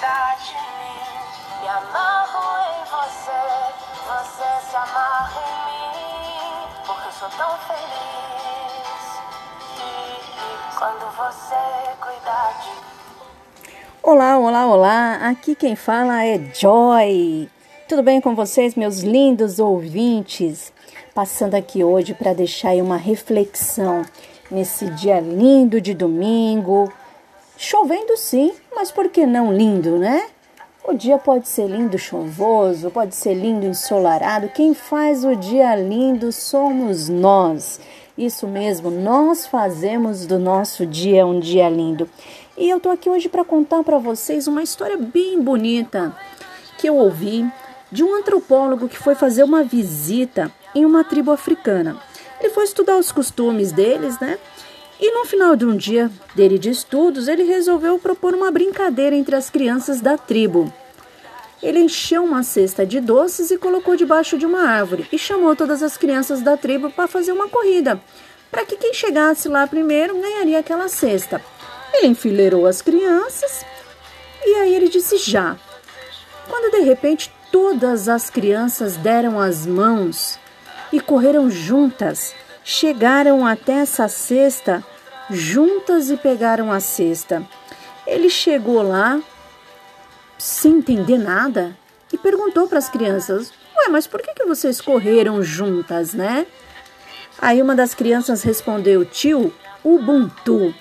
cuidar de mim. Me amarro em você, você se amarra em mim, porque eu sou tão feliz. E quando você cuidar de mim. Olá, olá, olá! Aqui quem fala é Joy. Tudo bem com vocês, meus lindos ouvintes? Passando aqui hoje para deixar aí uma reflexão nesse dia lindo de domingo. Chovendo sim, mas por que não lindo, né? O dia pode ser lindo chuvoso, pode ser lindo ensolarado. Quem faz o dia lindo somos nós. Isso mesmo, nós fazemos do nosso dia um dia lindo. E eu tô aqui hoje para contar para vocês uma história bem bonita que eu ouvi de um antropólogo que foi fazer uma visita em uma tribo africana. Ele foi estudar os costumes deles, né? E no final de um dia dele de estudos, ele resolveu propor uma brincadeira entre as crianças da tribo. Ele encheu uma cesta de doces e colocou debaixo de uma árvore e chamou todas as crianças da tribo para fazer uma corrida, para que quem chegasse lá primeiro ganharia aquela cesta. Ele enfileirou as crianças e aí ele disse já. Quando de repente todas as crianças deram as mãos e correram juntas, chegaram até essa cesta juntas e pegaram a cesta. Ele chegou lá sem entender nada e perguntou para as crianças: ué, mas por que vocês correram juntas, né? Aí uma das crianças respondeu: tio, Ubuntu.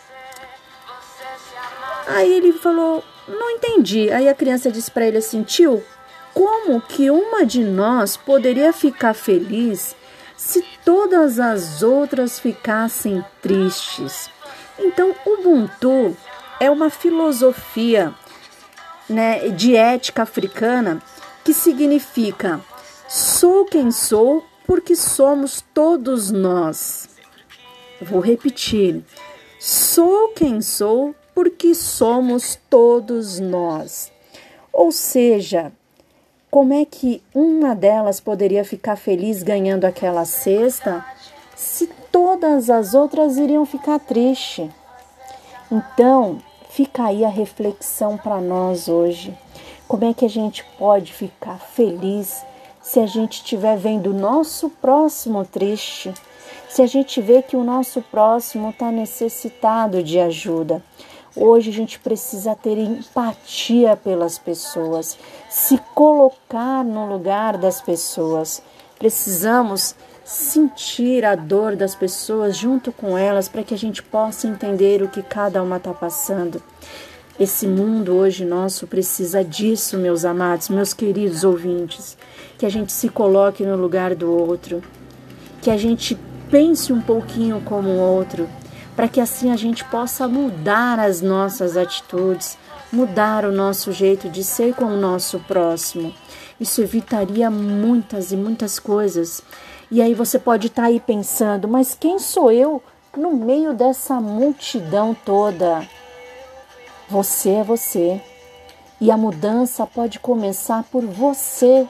Aí ele falou: não entendi. Aí a criança disse para ele assim: tio, como que uma de nós poderia ficar feliz se todas as outras ficassem tristes? Então, Ubuntu é uma filosofia, né, de ética africana que significa: sou quem sou porque somos todos nós. Vou repetir: sou quem sou porque somos todos nós. Ou seja, como é que uma delas poderia ficar feliz ganhando aquela cesta se todas as outras iriam ficar tristes? Então, fica aí a reflexão para nós hoje. Como é que a gente pode ficar feliz se a gente estiver vendo o nosso próximo triste? Se a gente vê que o nosso próximo está necessitado de ajuda? Hoje a gente precisa ter empatia pelas pessoas, se colocar no lugar das pessoas. Precisamos sentir a dor das pessoas junto com elas para que a gente possa entender o que cada uma está passando. Esse mundo hoje nosso precisa disso, meus amados, meus queridos ouvintes, que a gente se coloque no lugar do outro, que a gente pense um pouquinho como o outro, para que assim a gente possa mudar as nossas atitudes, mudar o nosso jeito de ser com o nosso próximo. Isso evitaria muitas e muitas coisas. E aí você pode estar aí pensando: mas quem sou eu no meio dessa multidão toda? Você é você. E a mudança pode começar por você,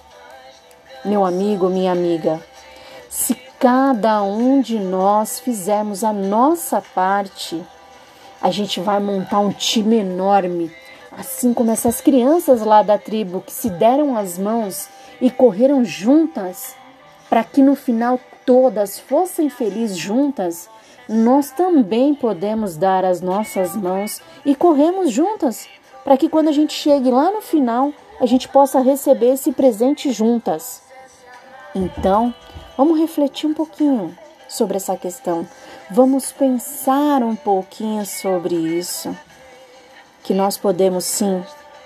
meu amigo, minha amiga. Se cada um de nós fizermos a nossa parte, a gente vai montar um time enorme, assim como essas crianças lá da tribo que se deram as mãos e correram juntas, para que no final todas fossem felizes juntas. Nós também podemos dar as nossas mãos e corremos juntas, para que quando a gente chegue lá no final, a gente possa receber esse presente juntas. Então, vamos refletir um pouquinho sobre essa questão. Vamos pensar um pouquinho sobre isso. Que nós podemos sim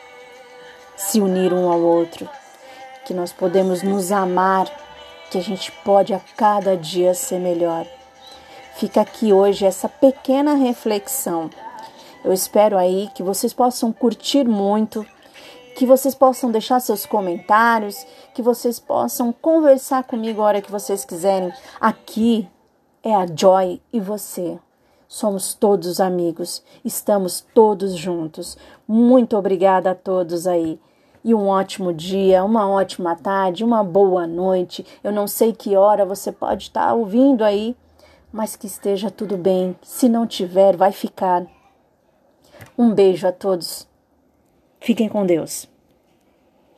se unir um ao outro. Que nós podemos nos amar. Que a gente pode a cada dia ser melhor. Fica aqui hoje essa pequena reflexão. Eu espero aí que vocês possam curtir muito, que vocês possam deixar seus comentários, que vocês possam conversar comigo a hora que vocês quiserem. Aqui é a Joy e você. Somos todos amigos, estamos todos juntos. Muito obrigada a todos aí. E um ótimo dia, uma ótima tarde, uma boa noite. Eu não sei que hora você pode estar ouvindo aí, mas que esteja tudo bem. Se não tiver, vai ficar. Um beijo a todos. Fiquem com Deus.